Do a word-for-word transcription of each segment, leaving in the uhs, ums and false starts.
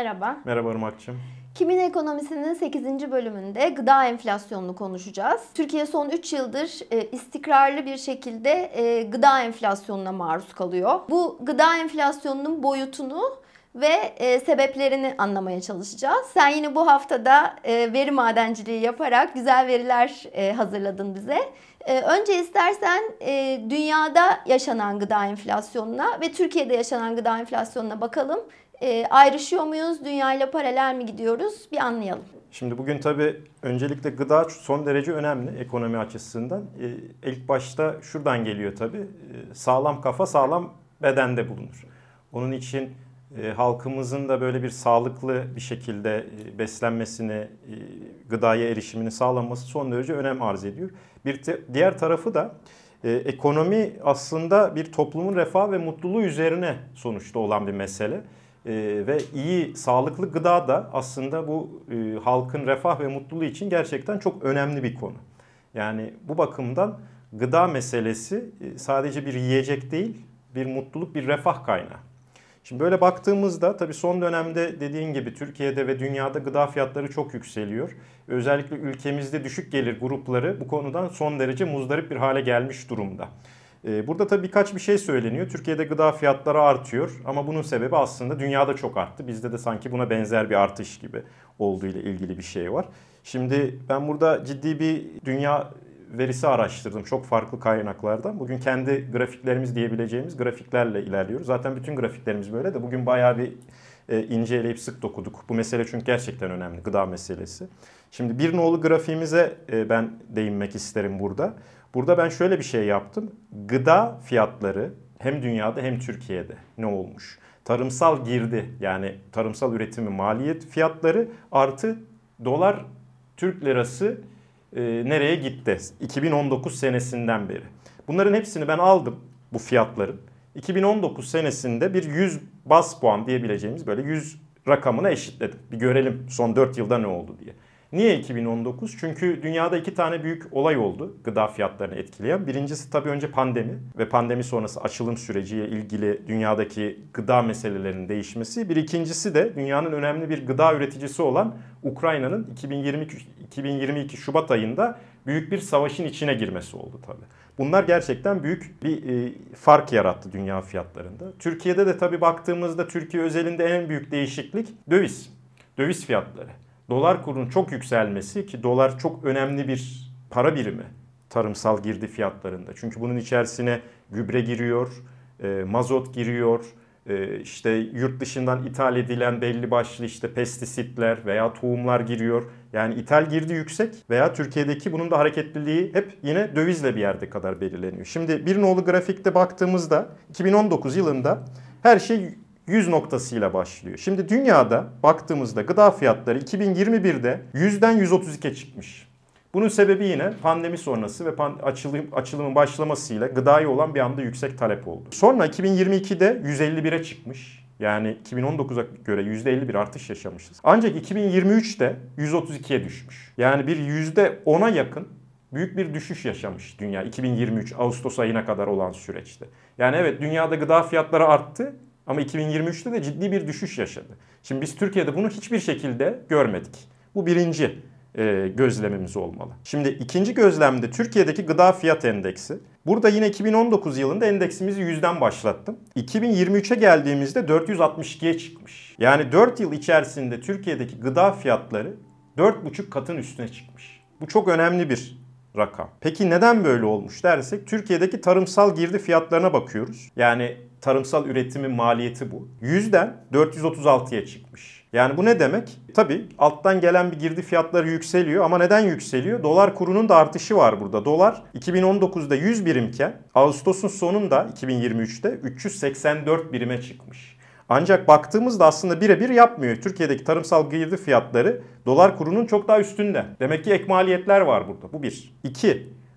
merhaba. Merhaba Irmak'cığım. Kimin Ekonomisi'nin sekizinci bölümünde gıda enflasyonunu konuşacağız. Türkiye son üç yıldır e, istikrarlı bir şekilde e, gıda enflasyonuna maruz kalıyor. Bu gıda enflasyonunun boyutunu ve e, sebeplerini anlamaya çalışacağız. Sen yine bu haftada e, veri madenciliği yaparak güzel veriler e, hazırladın bize. E, önce istersen e, dünyada yaşanan gıda enflasyonuna ve Türkiye'de yaşanan gıda enflasyonuna bakalım. E, ayrışıyor muyuz? Dünyayla paralel mi gidiyoruz? Bir anlayalım. Şimdi bugün tabii öncelikle gıda son derece önemli ekonomi açısından. E, ilk başta şuradan geliyor tabii. E, sağlam kafa sağlam bedende bulunur. Onun için e, halkımızın da böyle bir sağlıklı bir şekilde e, beslenmesini, e, gıdaya erişimini sağlanması son derece önem arz ediyor. Bir te, diğer tarafı da e, ekonomi aslında bir toplumun refah ve mutluluğu üzerine sonuçta olan bir mesele. Ee, ve iyi, sağlıklı gıda da aslında bu e, halkın refah ve mutluluğu için gerçekten çok önemli bir konu. Yani bu bakımdan gıda meselesi e, sadece bir yiyecek değil, bir mutluluk, bir refah kaynağı. Şimdi böyle baktığımızda tabii son dönemde dediğin gibi Türkiye'de ve dünyada gıda fiyatları çok yükseliyor. Özellikle ülkemizde düşük gelir grupları bu konudan son derece muzdarip bir hale gelmiş durumda. Burada tabii birkaç bir şey söyleniyor. Türkiye'de gıda fiyatları artıyor ama bunun sebebi aslında dünyada çok arttı. Bizde de sanki buna benzer bir artış gibi olduğu ile ilgili bir şey var. Şimdi ben burada ciddi bir dünya verisi araştırdım çok farklı kaynaklardan. Bugün kendi grafiklerimiz diyebileceğimiz grafiklerle ilerliyoruz. Zaten bütün grafiklerimiz böyle de bugün bayağı bir inceleyip sık dokuduk. Bu mesele çünkü gerçekten önemli, gıda meselesi. Şimdi bir nolu grafiğimize ben değinmek isterim burada. Burada ben şöyle bir şey yaptım. Gıda fiyatları hem dünyada hem Türkiye'de ne olmuş? Tarımsal girdi yani tarımsal üretimi maliyet fiyatları artı dolar Türk lirası e, nereye gitti? iki bin on dokuz senesinden beri. Bunların hepsini ben aldım bu fiyatların. iki bin on dokuz senesinde bir yüz bas puan diyebileceğimiz böyle yüz rakamına eşitledim. Bir görelim son dört yılda ne oldu diye. Niye iki bin on dokuz? Çünkü dünyada iki tane büyük olay oldu gıda fiyatlarını etkileyen. Birincisi tabii önce pandemi ve pandemi sonrası açılım süreciyle ilgili dünyadaki gıda meselelerinin değişmesi. Bir ikincisi de dünyanın önemli bir gıda üreticisi olan Ukrayna'nın iki bin yirmi iki, iki bin yirmi iki Şubat ayında büyük bir savaşın içine girmesi oldu tabii. Bunlar gerçekten büyük bir e, fark yarattı dünya fiyatlarında. Türkiye'de de tabii baktığımızda Türkiye özelinde en büyük değişiklik döviz, döviz fiyatları. Dolar kurunun çok yükselmesi ki dolar çok önemli bir para birimi tarımsal girdi fiyatlarında. Çünkü bunun içerisine gübre giriyor, e, mazot giriyor, e, işte yurt dışından ithal edilen belli başlı işte pestisitler veya tohumlar giriyor. Yani ithal girdi yüksek veya Türkiye'deki bunun da hareketliliği hep yine dövizle bir yerde kadar belirleniyor. Şimdi bir nolu grafikte baktığımızda iki bin on dokuz yılında her şey yüz noktasıyla başlıyor. Şimdi dünyada baktığımızda gıda fiyatları iki bin yirmi birde yüzden yüz otuz ikiye çıkmış. Bunun sebebi yine pandemi sonrası ve açılım, açılımın başlamasıyla gıdaya olan bir anda yüksek talep oldu. Sonra iki bin yirmi ikide yüz elli bire çıkmış. Yani iki bin on dokuza göre yüzde elli bir artış yaşamışız. Ancak iki bin yirmi üçte yüz otuz ikiye düşmüş. Yani bir yüzde ona yakın büyük bir düşüş yaşamış dünya iki bin yirmi üç Ağustos ayına kadar olan süreçte. Yani evet dünyada gıda fiyatları arttı. Ama iki bin yirmi üçte de ciddi bir düşüş yaşadı. Şimdi biz Türkiye'de bunu hiçbir şekilde görmedik. Bu birinci e, gözlemimiz olmalı. Şimdi ikinci gözlemde Türkiye'deki gıda fiyat endeksi. Burada yine iki bin on dokuz yılında endeksimizi yüzden başlattım. iki bin yirmi üçe geldiğimizde dört yüz altmış ikiye çıkmış. Yani dört yıl içerisinde Türkiye'deki gıda fiyatları dört buçuk katın üstüne çıkmış. Bu çok önemli bir rakam. Peki neden böyle olmuş dersek Türkiye'deki tarımsal girdi fiyatlarına bakıyoruz. Yani tarımsal üretimin maliyeti bu. yüzden dört yüz otuz altıya çıkmış. Yani bu ne demek? Tabii alttan gelen bir girdi fiyatları yükseliyor ama neden yükseliyor? Dolar kurunun da artışı var burada. Dolar iki bin on dokuzda yüz birimken Ağustos'un sonunda iki bin yirmi üçte üç yüz seksen dört birime çıkmış. Ancak baktığımızda aslında birebir yapmıyor. Türkiye'deki tarımsal girdi fiyatları dolar kurunun çok daha üstünde. Demek ki ek maliyetler var burada. Bu bir. İki.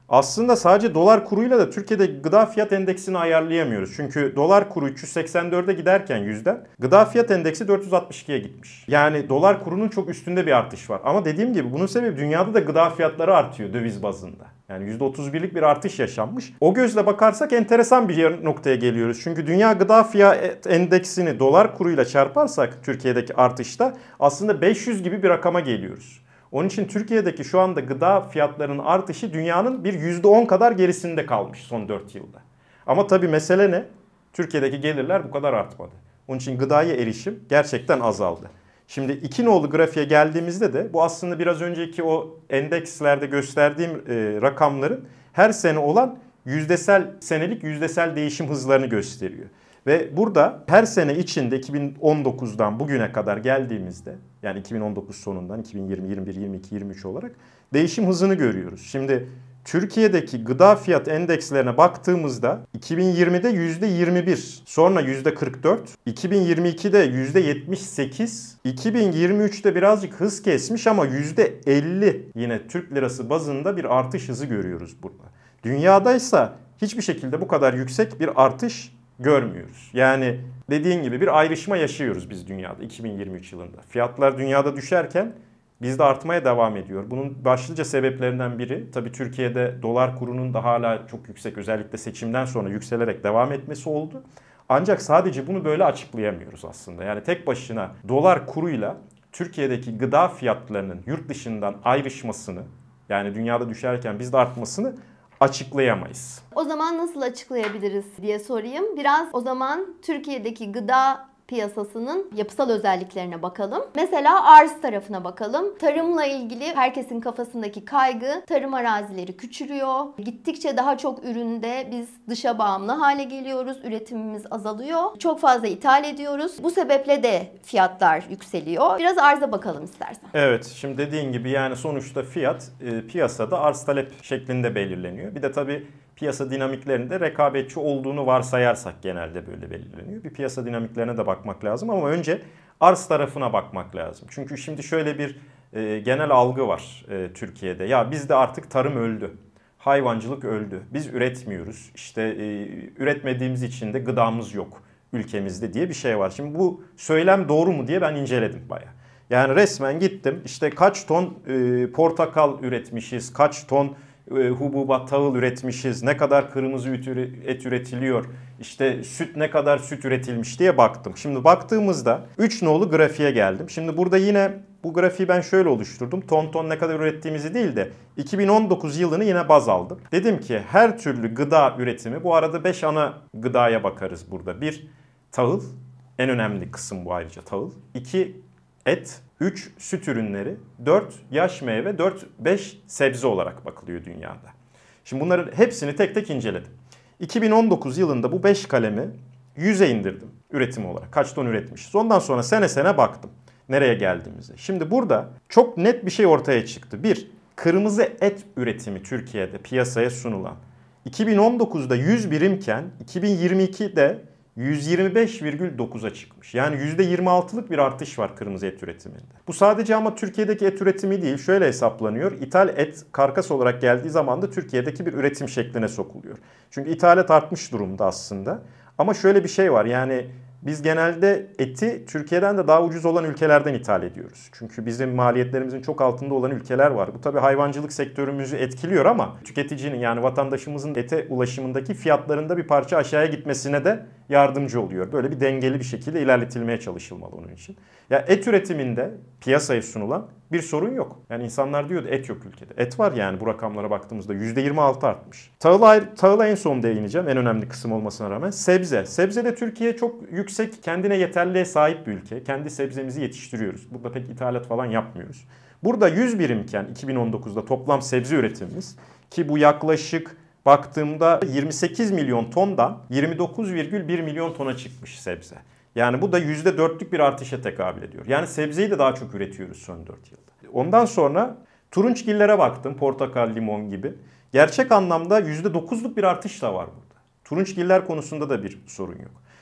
Aslında sadece dolar kuruyla da Türkiye'de gıda fiyat endeksini ayarlayamıyoruz. Çünkü dolar kuru üç yüz seksen dörde giderken yüzden gıda fiyat endeksi dört yüz altmış ikiye gitmiş. Yani dolar kurunun çok üstünde bir artış var. Ama dediğim gibi bunun sebebi dünyada da gıda fiyatları artıyor döviz bazında. Yani yüzde otuz birlik bir artış yaşanmış. O gözle bakarsak enteresan bir noktaya geliyoruz. Çünkü dünya gıda fiyat endeksini dolar kuruyla çarparsak Türkiye'deki artışta aslında beş yüz gibi bir rakama geliyoruz. Onun için Türkiye'deki şu anda gıda fiyatlarının artışı dünyanın bir yüzde on kadar gerisinde kalmış son dört yılda. Ama tabii mesele ne? Türkiye'deki gelirler bu kadar artmadı. Onun için gıdaya erişim gerçekten azaldı. Şimdi iki nolu grafiğe geldiğimizde de bu aslında biraz önceki o endekslerde gösterdiğim e, rakamların her sene olan yüzdesel senelik yüzdesel değişim hızlarını gösteriyor. Ve burada her sene içinde iki bin on dokuzdan bugüne kadar geldiğimizde yani iki bin on dokuz sonundan iki bin yirmi, yirmi bir, yirmi iki, yirmi üç olarak değişim hızını görüyoruz. Şimdi Türkiye'deki gıda fiyat endekslerine baktığımızda iki bin yirmide yüzde yirmi bir, sonra yüzde kırk dört, iki bin yirmi ikide yüzde yetmiş sekiz, iki bin yirmi üçte birazcık hız kesmiş ama yüzde elli yine Türk lirası bazında bir artış hızı görüyoruz burada. Dünyadaysa hiçbir şekilde bu kadar yüksek bir artış görmüyoruz. Yani dediğin gibi bir ayrışma yaşıyoruz biz dünyada iki bin yirmi üç yılında. Fiyatlar dünyada düşerken bizde artmaya devam ediyor. Bunun başlıca sebeplerinden biri tabii Türkiye'de dolar kurunun da hala çok yüksek, özellikle seçimden sonra yükselerek devam etmesi oldu. Ancak sadece bunu böyle açıklayamıyoruz aslında. Yani tek başına dolar kuruyla Türkiye'deki gıda fiyatlarının yurt dışından ayrışmasını, yani dünyada düşerken bizde artmasını açıklayamayız. O zaman nasıl açıklayabiliriz diye sorayım. Biraz o zaman Türkiye'deki gıda piyasasının yapısal özelliklerine bakalım. Mesela arz tarafına bakalım. Tarımla ilgili herkesin kafasındaki kaygı, tarım arazileri küçülüyor. Gittikçe daha çok üründe biz dışa bağımlı hale geliyoruz. Üretimimiz azalıyor. Çok fazla ithal ediyoruz. Bu sebeple de fiyatlar yükseliyor. Biraz arza bakalım istersen. Evet, şimdi dediğin gibi yani sonuçta fiyat e, piyasada arz talep şeklinde belirleniyor. Bir de tabii piyasa dinamiklerinde rekabetçi olduğunu varsayarsak genelde böyle belirleniyor. Bir piyasa dinamiklerine de bakmak lazım ama önce arz tarafına bakmak lazım. Çünkü şimdi şöyle bir e, genel algı var e, Türkiye'de. Ya bizde artık tarım öldü, hayvancılık öldü, biz üretmiyoruz. İşte e, üretmediğimiz için de gıdamız yok ülkemizde diye bir şey var. Şimdi bu söylem doğru mu diye ben inceledim bayağı. Yani resmen gittim işte kaç ton e, portakal üretmişiz, kaç ton e, hububat, tahıl üretmişiz, ne kadar kırmızı et üretiliyor, işte süt ne kadar süt üretilmiş diye baktım. Şimdi baktığımızda üç nolu grafiğe geldim. Şimdi burada yine bu grafiği ben şöyle oluşturdum. Ton ton ne kadar ürettiğimizi değil de iki bin on dokuz yılını yine baz aldım. Dedim ki her türlü gıda üretimi, bu arada beş ana gıdaya bakarız burada. bir Tahıl, en önemli kısım bu ayrıca tahıl. iki Et, üç süt ürünleri, dört yaş meyve, dört beş sebze olarak bakılıyor dünyada. Şimdi bunların hepsini tek tek inceledim. iki bin on dokuz yılında bu beş kalemi yüze indirdim üretim olarak. Kaç ton üretmişiz. Ondan sonra sene sene baktım nereye geldiğimize. Şimdi burada çok net bir şey ortaya çıktı. Bir, kırmızı et üretimi Türkiye'de piyasaya sunulan iki bin on dokuzda yüz birimken iki bin yirmi ikide yüz yirmi beş virgül dokuza çıkmış. Yani yüzde yirmi altılık bir artış var kırmızı et üretiminde. Bu sadece ama Türkiye'deki et üretimi değil. Şöyle hesaplanıyor. İthal et karkas olarak geldiği zaman da Türkiye'deki bir üretim şekline sokuluyor. Çünkü ithalat artmış durumda aslında. Ama şöyle bir şey var. Yani biz genelde eti Türkiye'den de daha ucuz olan ülkelerden ithal ediyoruz. Çünkü bizim maliyetlerimizin çok altında olan ülkeler var. Bu tabii hayvancılık sektörümüzü etkiliyor ama tüketicinin, yani vatandaşımızın ete ulaşımındaki fiyatlarında bir parça aşağıya gitmesine de yardımcı oluyor. Böyle bir dengeli bir şekilde ilerletilmeye çalışılmalı onun için. Ya et üretiminde piyasaya sunulan bir sorun yok. Yani insanlar diyordu et yok ülkede. Et var yani, bu rakamlara baktığımızda yüzde yirmi altı artmış. Tahıla, tahıla en son değineceğim, en önemli kısım olmasına rağmen. Sebze. Sebzede Türkiye çok yüksek, kendine yeterliğe sahip bir ülke. Kendi sebzemizi yetiştiriyoruz. Burada pek ithalat falan yapmıyoruz. Burada yüz birimken iki bin on dokuzda toplam sebze üretimimiz, ki bu yaklaşık baktığımda yirmi sekiz milyon tondan yirmi dokuz virgül bir milyon tona çıkmış sebze. Yani bu da yüzde dörtlük bir artışa tekabül ediyor. Yani sebzeyi de daha çok üretiyoruz son dört yılda. Ondan sonra turunçgillere baktım. Portakal, limon gibi. Gerçek anlamda yüzde dokuzluk bir artış da var burada. Turunçgiller konusunda da bir sorun yok.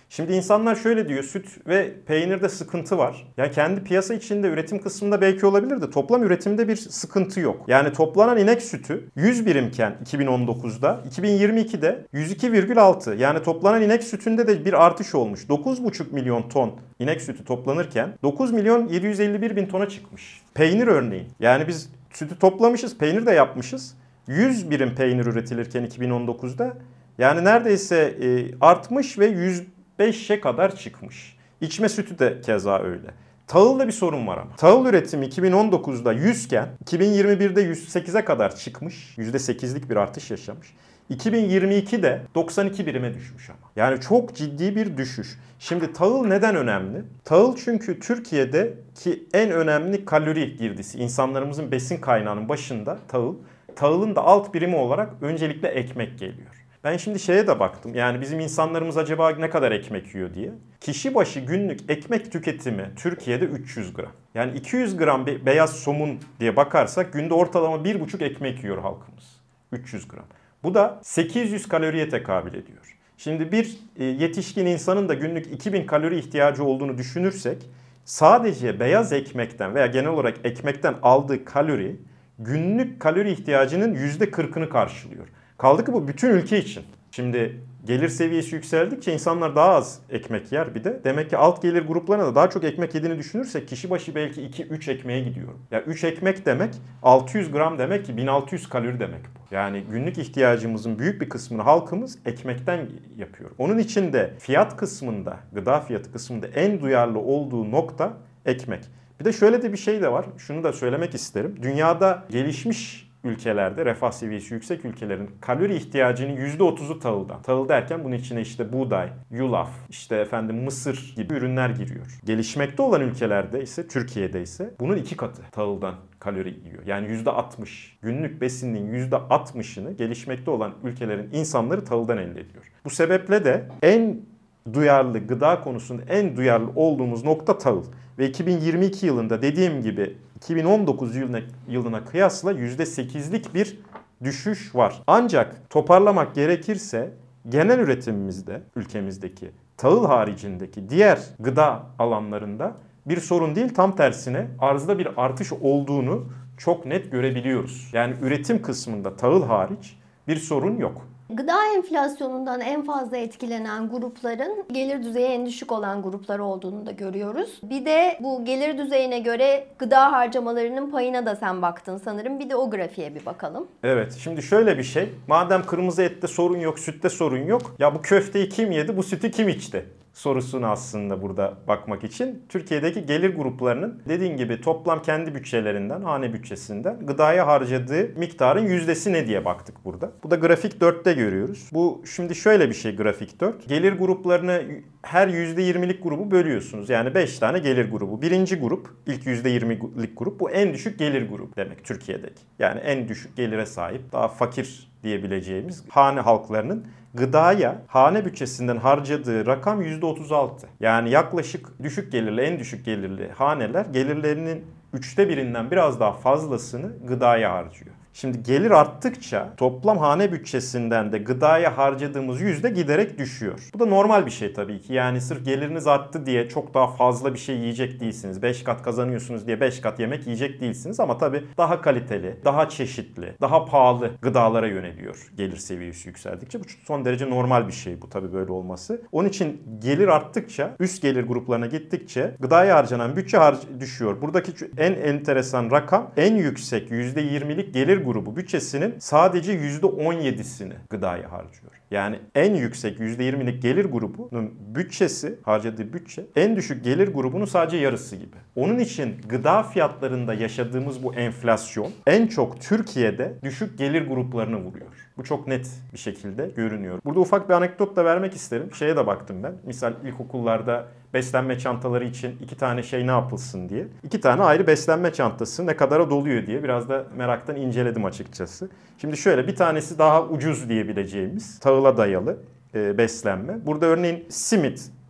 Şimdi insanlar şöyle diyor, süt ve peynirde sıkıntı var. Yani kendi piyasa içinde üretim kısmında belki olabilir de toplam üretimde bir sıkıntı yok. Yani toplanan inek sütü yüz birimken iki bin on dokuzda, iki bin yirmi ikide yüz iki virgül altı. Yani toplanan inek sütünde de bir artış olmuş. dokuz buçuk milyon ton inek sütü toplanırken dokuz milyon yedi yüz elli bir bin tona çıkmış. Peynir örneğin. Yani biz sütü toplamışız, peynir de yapmışız. yüz birim peynir üretilirken iki bin on dokuzda yani neredeyse e, artmış ve yüz beşe kadar çıkmış. İçme sütü de keza öyle. Tahılda bir sorun var ama. Tahıl üretimi iki bin on dokuzda yüz iken iki bin yirmi birde yüz sekize kadar çıkmış. yüzde sekizlik bir artış yaşamış. iki bin yirmi ikide doksan iki birime düşmüş ama. Yani çok ciddi bir düşüş. Şimdi tahıl neden önemli? Tahıl çünkü Türkiye'deki en önemli kalori girdisi. İnsanlarımızın besin kaynağının başında tahıl. Tahılın da alt birimi olarak öncelikle ekmek geliyor. Ben şimdi şeye de baktım. Yani bizim insanlarımız acaba ne kadar ekmek yiyor diye. Kişi başı günlük ekmek tüketimi Türkiye'de üç yüz gram. Yani iki yüz gram be- beyaz somun diye bakarsak günde ortalama bir buçuk ekmek yiyor halkımız. üç yüz gram. Bu da sekiz yüz kaloriye tekabül ediyor. Şimdi bir yetişkin insanın da günlük iki bin kalori ihtiyacı olduğunu düşünürsek sadece beyaz ekmekten veya genel olarak ekmekten aldığı kalori günlük kalori ihtiyacının yüzde kırkını karşılıyor. Kaldı ki bu bütün ülke için. Şimdi gelir seviyesi yükseldikçe insanlar daha az ekmek yer bir de. Demek ki alt gelir gruplarına da daha çok ekmek yediğini düşünürsek kişi başı belki iki üç ekmeğe gidiyor. Ya üç ekmek demek altı yüz gram demek ki bin altı yüz kalori demek bu. Yani günlük ihtiyacımızın büyük bir kısmını halkımız ekmekten yapıyor. Onun için de fiyat kısmında, gıda fiyatı kısmında en duyarlı olduğu nokta ekmek. Bir de şöyle de bir şey de var. Şunu da söylemek isterim. Dünyada gelişmiş ülkelerde, refah seviyesi yüksek ülkelerin kalori ihtiyacının yüzde otuzu tahıldan. Tahıl derken bunun içine işte buğday, yulaf, işte efendim mısır gibi ürünler giriyor. Gelişmekte olan ülkelerde ise, Türkiye'de ise bunun iki katı tahıldan kalori yiyor. Yani yüzde altmış. Günlük besinliğin yüzde altmışını gelişmekte olan ülkelerin insanları tahıldan elde ediyor. Bu sebeple de en duyarlı gıda konusunda en duyarlı olduğumuz nokta tahıl. Ve iki bin yirmi iki yılında dediğim gibi iki bin on dokuz yılına, yılına kıyasla yüzde sekizlik bir düşüş var. Ancak toparlamak gerekirse genel üretimimizde, ülkemizdeki tahıl haricindeki diğer gıda alanlarında bir sorun değil, tam tersine arzda bir artış olduğunu çok net görebiliyoruz. Yani üretim kısmında tahıl hariç bir sorun yok. Gıda enflasyonundan en fazla etkilenen grupların gelir düzeyi en düşük olan gruplar olduğunu da görüyoruz. Bir de bu gelir düzeyine göre gıda harcamalarının payına da sen baktın sanırım. Bir de o grafiğe bir bakalım. Evet, şimdi şöyle bir şey. Madem kırmızı ette sorun yok, sütte sorun yok. Ya bu köfteyi kim yedi, bu sütü kim içti? Sorusunu aslında burada bakmak için Türkiye'deki gelir gruplarının dediğin gibi toplam kendi bütçelerinden, hane bütçesinden gıdaya harcadığı miktarın yüzdesi ne diye baktık burada. Bu da grafik dörtte görüyoruz. Bu şimdi şöyle bir şey grafik dört. Gelir gruplarını her yüzde yirmilik grubu bölüyorsunuz. Yani beş tane gelir grubu. Birinci grup, ilk yüzde yirmilik grup bu en düşük gelir grubu demek Türkiye'deki. Yani en düşük gelire sahip, daha fakir diyebileceğimiz hane halklarının gıdaya hane bütçesinden harcadığı rakam yüzde otuz altı. Yani yaklaşık düşük gelirli, en düşük gelirli haneler gelirlerinin üçte birinden biraz daha fazlasını gıdaya harcıyor. Şimdi gelir arttıkça toplam hane bütçesinden de gıdaya harcadığımız yüzde giderek düşüyor. Bu da normal bir şey tabii ki. Yani sırf geliriniz arttı diye çok daha fazla bir şey yiyecek değilsiniz. beş kat kazanıyorsunuz diye beş kat yemek yiyecek değilsiniz. Ama tabii daha kaliteli, daha çeşitli, daha pahalı gıdalara yöneliyor gelir seviyesi yükseldikçe. Bu son derece normal bir şey bu tabii böyle olması. Onun için gelir arttıkça, üst gelir gruplarına gittikçe gıdaya harcanan bütçe har- düşüyor. Buradaki en enteresan rakam en yüksek yüzde yirmilik gelir grubu bütçesinin sadece yüzde on yedisini gıdaya harcıyor. Yani en yüksek yüzde yirmilik gelir grubunun bütçesi, harcadığı bütçe en düşük gelir grubunun sadece yarısı gibi. Onun için gıda fiyatlarında yaşadığımız bu enflasyon en çok Türkiye'de düşük gelir gruplarını vuruyor. Bu çok net bir şekilde görünüyor. Burada ufak bir anekdot da vermek isterim. Şeye de baktım ben. Misal ilkokullarda beslenme çantaları için iki tane şey ne yapılsın diye. İki tane ayrı beslenme çantası ne kadara doluyor diye biraz da meraktan inceledim açıkçası. Şimdi şöyle bir tanesi daha ucuz diyebileceğimiz tahıla dayalı e, beslenme. Burada örneğin simit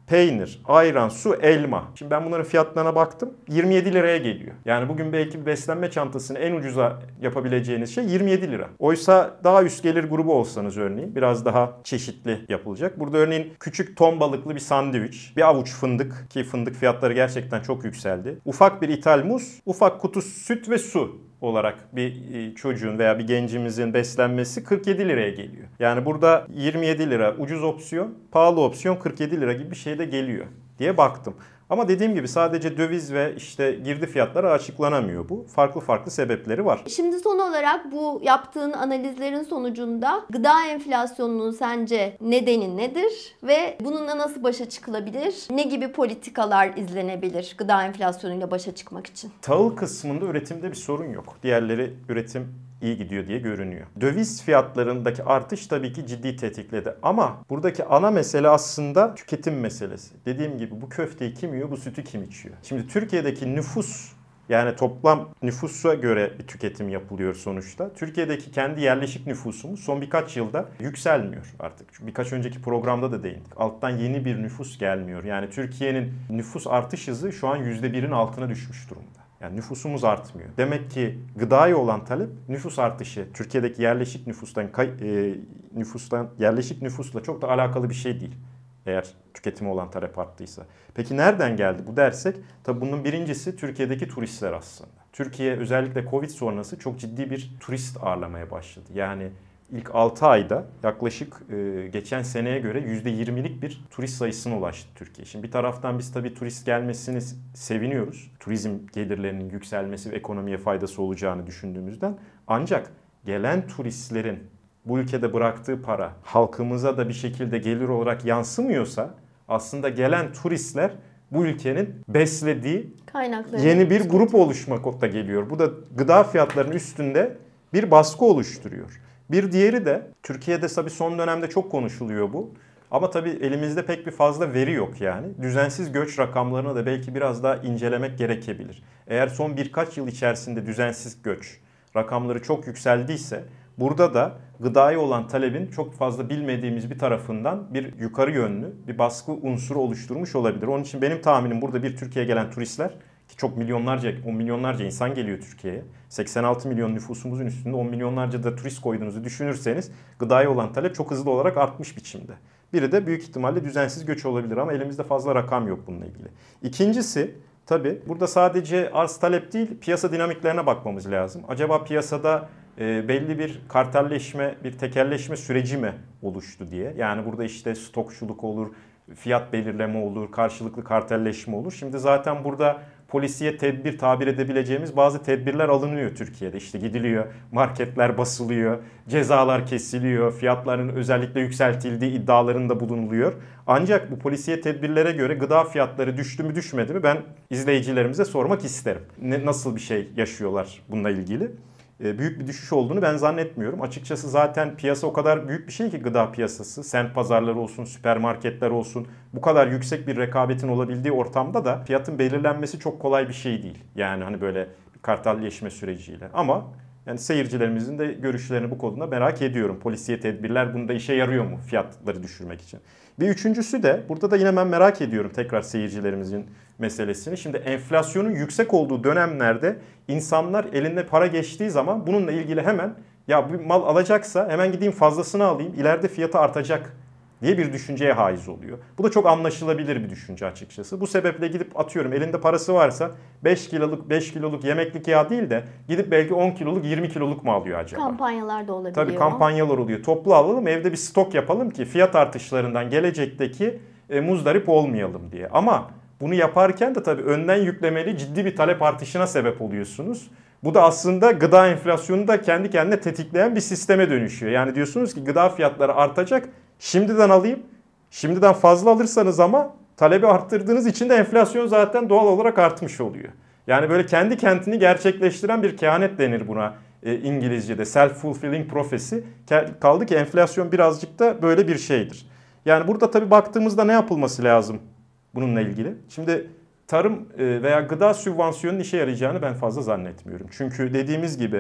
peynir, ayran, su, elma. Şimdi ben bunların fiyatlarına baktım. yirmi yedi liraya geliyor. Yani bugün belki bir beslenme çantasını en ucuza yapabileceğiniz şey yirmi yedi lira. Oysa daha üst gelir grubu olsanız örneğin biraz daha çeşitli yapılacak. Burada örneğin küçük ton balıklı bir sandviç, bir avuç fındık ki fındık fiyatları gerçekten çok yükseldi. Ufak bir ithal muz, ufak kutu süt ve su olarak bir çocuğun veya bir gencimizin beslenmesi kırk yedi liraya geliyor. Yani burada yirmi yedi lira ucuz opsiyon, pahalı opsiyon kırk yedi lira gibi bir şey de geliyor diye baktım. Ama dediğim gibi sadece döviz ve işte girdi fiyatları açıklanamıyor bu. Farklı farklı sebepleri var. Şimdi son olarak bu yaptığın analizlerin sonucunda gıda enflasyonunun sence nedeni nedir ve bununla nasıl başa çıkılabilir? Ne gibi politikalar izlenebilir gıda enflasyonuyla başa çıkmak için? Tahıl kısmında üretimde bir sorun yok. Diğerleri üretim iyi gidiyor diye görünüyor. Döviz fiyatlarındaki artış tabii ki ciddi tetikledi. Ama buradaki ana mesele aslında tüketim meselesi. Dediğim gibi bu köfteyi kim yiyor, bu sütü kim içiyor? Şimdi Türkiye'deki nüfus, yani toplam nüfusa göre bir tüketim yapılıyor sonuçta. Türkiye'deki kendi yerleşik nüfusumuz son birkaç yılda yükselmiyor artık. Çünkü birkaç önceki programda da değindik. Alttan yeni bir nüfus gelmiyor. Yani Türkiye'nin nüfus artış hızı şu an yüzde birin altına düşmüş durumda. Yani nüfusumuz artmıyor. Demek ki gıdaya olan talep nüfus artışı Türkiye'deki yerleşik nüfustan e, nüfustan yerleşik nüfusla çok da alakalı bir şey değil. Eğer tüketime olan talep arttıysa. Peki nereden geldi bu dersek? Tabii bunun birincisi Türkiye'deki turistler aslında. Türkiye özellikle Covid sonrası çok ciddi bir turist ağırlamaya başladı. Yani İlk altı ayda yaklaşık e, geçen seneye göre yüzde yirmilik bir turist sayısına ulaştı Türkiye. Şimdi bir taraftan biz tabii turist gelmesini seviniyoruz. Turizm gelirlerinin yükselmesi ve ekonomiye faydası olacağını düşündüğümüzden. Ancak gelen turistlerin bu ülkede bıraktığı para halkımıza da bir şekilde gelir olarak yansımıyorsa aslında gelen turistler bu ülkenin beslediği kaynakları yeni bir grup oluşmakta geliyor. Bu da gıda fiyatlarının üstünde bir baskı oluşturuyor. Bir diğeri de Türkiye'de tabii son dönemde çok konuşuluyor bu. Ama tabii elimizde pek bir fazla veri yok yani. Düzensiz göç rakamlarını da belki biraz daha incelemek gerekebilir. Eğer son birkaç yıl içerisinde düzensiz göç rakamları çok yükseldiyse burada da gıdaya olan talebin çok fazla bilmediğimiz bir tarafından bir yukarı yönlü bir baskı unsuru oluşturmuş olabilir. Onun için benim tahminim burada bir Türkiye'ye gelen turistler ki çok milyonlarca, on milyonlarca insan geliyor Türkiye'ye. seksen altı milyon nüfusumuzun üstünde on milyonlarca da turist koyduğunuzu düşünürseniz gıdaya olan talep çok hızlı olarak artmış biçimde. Biri de büyük ihtimalle düzensiz göç olabilir ama elimizde fazla rakam yok bununla ilgili. İkincisi tabii burada sadece arz talep değil piyasa dinamiklerine bakmamız lazım. Acaba piyasada e, belli bir kartelleşme, bir tekelleşme süreci mi oluştu diye. Yani burada işte stokçuluk olur, fiyat belirleme olur, karşılıklı kartelleşme olur. Şimdi zaten burada polisiye tedbir tabir edebileceğimiz bazı tedbirler alınıyor Türkiye'de. İşte gidiliyor, marketler basılıyor, cezalar kesiliyor, fiyatların özellikle yükseltildiği iddialarında bulunuluyor. Ancak bu polisiye tedbirlere göre gıda fiyatları düştü mü düşmedi mi ben izleyicilerimize sormak isterim. Ne, nasıl bir şey yaşıyorlar bununla ilgili? Büyük bir düşüş olduğunu ben zannetmiyorum. Açıkçası zaten piyasa o kadar büyük bir şey ki gıda piyasası. Semt pazarları olsun, süpermarketler olsun. Bu kadar yüksek bir rekabetin olabildiği ortamda da fiyatın belirlenmesi çok kolay bir şey değil. Yani hani böyle bir kartelleşme süreciyle. Ama yani seyircilerimizin de görüşlerini bu konuda merak ediyorum. Polisiye tedbirler bunda işe yarıyor mu fiyatları düşürmek için? Bir üçüncüsü de burada da yine ben merak ediyorum tekrar seyircilerimizin meselesini. Şimdi enflasyonun yüksek olduğu dönemlerde insanlar elinde para geçtiği zaman bununla ilgili hemen ya bir mal alacaksa hemen gideyim fazlasını alayım ileride fiyatı artacak diye bir düşünceye haiz oluyor. Bu da çok anlaşılabilir bir düşünce açıkçası. Bu sebeple gidip atıyorum elinde parası varsa beş kiloluk beş kiloluk yemeklik yağ değil de gidip belki on kiloluk yirmi kiloluk mu alıyor acaba? Kampanyalar da olabiliyor. Tabii kampanyalar oluyor. Toplu alalım evde bir stok yapalım ki fiyat artışlarından gelecekteki e, muzdarip olmayalım diye. Ama bunu yaparken de tabii önden yüklemeli ciddi bir talep artışına sebep oluyorsunuz. Bu da aslında gıda enflasyonunu da kendi kendine tetikleyen bir sisteme dönüşüyor. Yani diyorsunuz ki gıda fiyatları artacak. Şimdiden alayım. Şimdiden fazla alırsanız ama talebi arttırdığınız için de enflasyon zaten doğal olarak artmış oluyor. Yani böyle kendi kendini gerçekleştiren bir kehanet denir buna e, İngilizce'de. Self-fulfilling prophecy. Kaldı ki enflasyon birazcık da böyle bir şeydir. Yani burada tabii baktığımızda ne yapılması lazım bununla ilgili? Şimdi tarım veya gıda sübvansiyonunun işe yarayacağını ben fazla zannetmiyorum. Çünkü dediğimiz gibi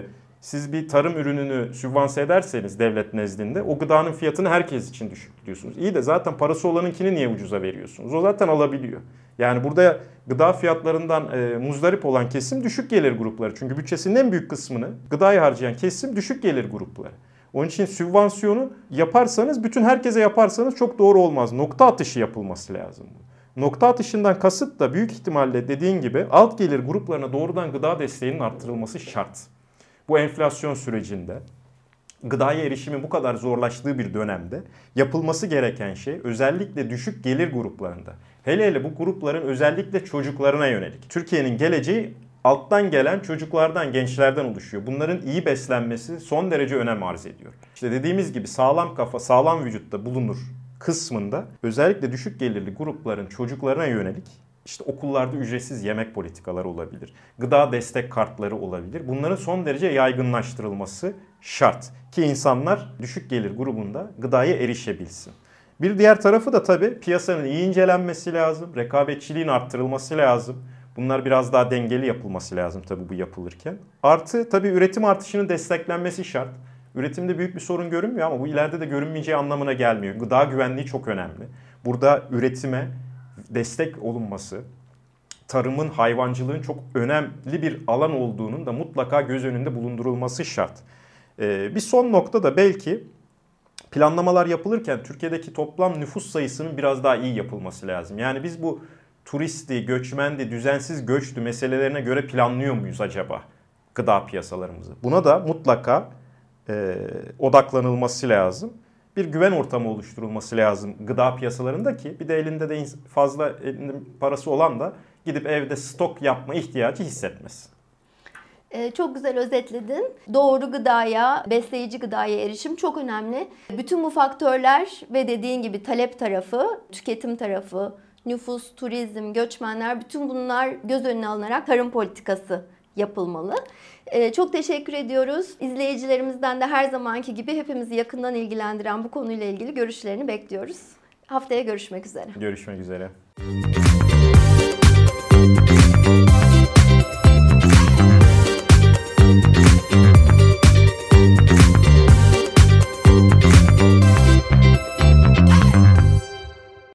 Siz bir tarım ürününü sübvanse ederseniz devlet nezdinde o gıdanın fiyatını herkes için düşük diyorsunuz. İyi de zaten parası olanınkini niye ucuza veriyorsunuz? O zaten alabiliyor. Yani burada gıda fiyatlarından e, muzdarip olan kesim düşük gelir grupları. Çünkü bütçesinin en büyük kısmını gıdaya harcayan kesim düşük gelir grupları. Onun için sübvansiyonu yaparsanız, bütün herkese yaparsanız çok doğru olmaz. Nokta atışı yapılması lazım. Nokta atışından kasıt da büyük ihtimalle dediğin gibi alt gelir gruplarına doğrudan gıda desteğinin arttırılması şart. Bu enflasyon sürecinde gıdaya erişimin bu kadar zorlaştığı bir dönemde yapılması gereken şey özellikle düşük gelir gruplarında. Hele hele bu grupların özellikle çocuklarına yönelik. Türkiye'nin geleceği alttan gelen çocuklardan, gençlerden oluşuyor. Bunların iyi beslenmesi son derece önem arz ediyor. İşte dediğimiz gibi sağlam kafa, sağlam vücutta bulunur kısmında özellikle düşük gelirli grupların çocuklarına yönelik işte okullarda ücretsiz yemek politikaları olabilir. Gıda destek kartları olabilir. Bunların son derece yaygınlaştırılması şart ki insanlar düşük gelir grubunda gıdaya erişebilsin. Bir diğer tarafı da tabii piyasanın iyi incelenmesi lazım, rekabetçiliğin arttırılması lazım. Bunlar biraz daha dengeli yapılması lazım tabii bu yapılırken. Artı tabii üretim artışının desteklenmesi şart. Üretimde büyük bir sorun görünmüyor ama bu ileride de görünmeyeceği anlamına gelmiyor. Gıda güvenliği çok önemli. Burada üretime destek olunması, tarımın, hayvancılığın çok önemli bir alan olduğunun da mutlaka göz önünde bulundurulması şart. Ee, bir son nokta da belki planlamalar yapılırken Türkiye'deki toplam nüfus sayısının biraz daha iyi yapılması lazım. Yani biz bu turisti, göçmendi, düzensiz göçtü meselelerine göre planlıyor muyuz acaba gıda piyasalarımızı? Buna da mutlaka e, odaklanılması lazım. Bir güven ortamı oluşturulması lazım gıda piyasalarında ki bir de elinde de fazla elinde parası olan da gidip evde stok yapma ihtiyacı hissetmesin. Ee, çok güzel özetledin. Doğru gıdaya, besleyici gıdaya erişim çok önemli. Bütün bu faktörler ve dediğin gibi talep tarafı, tüketim tarafı, nüfus, turizm, göçmenler bütün bunlar göz önüne alınarak tarım politikası yapılmalı. Ee, çok teşekkür ediyoruz. İzleyicilerimizden de her zamanki gibi hepimizi yakından ilgilendiren bu konuyla ilgili görüşlerini bekliyoruz. Haftaya görüşmek üzere. Görüşmek üzere.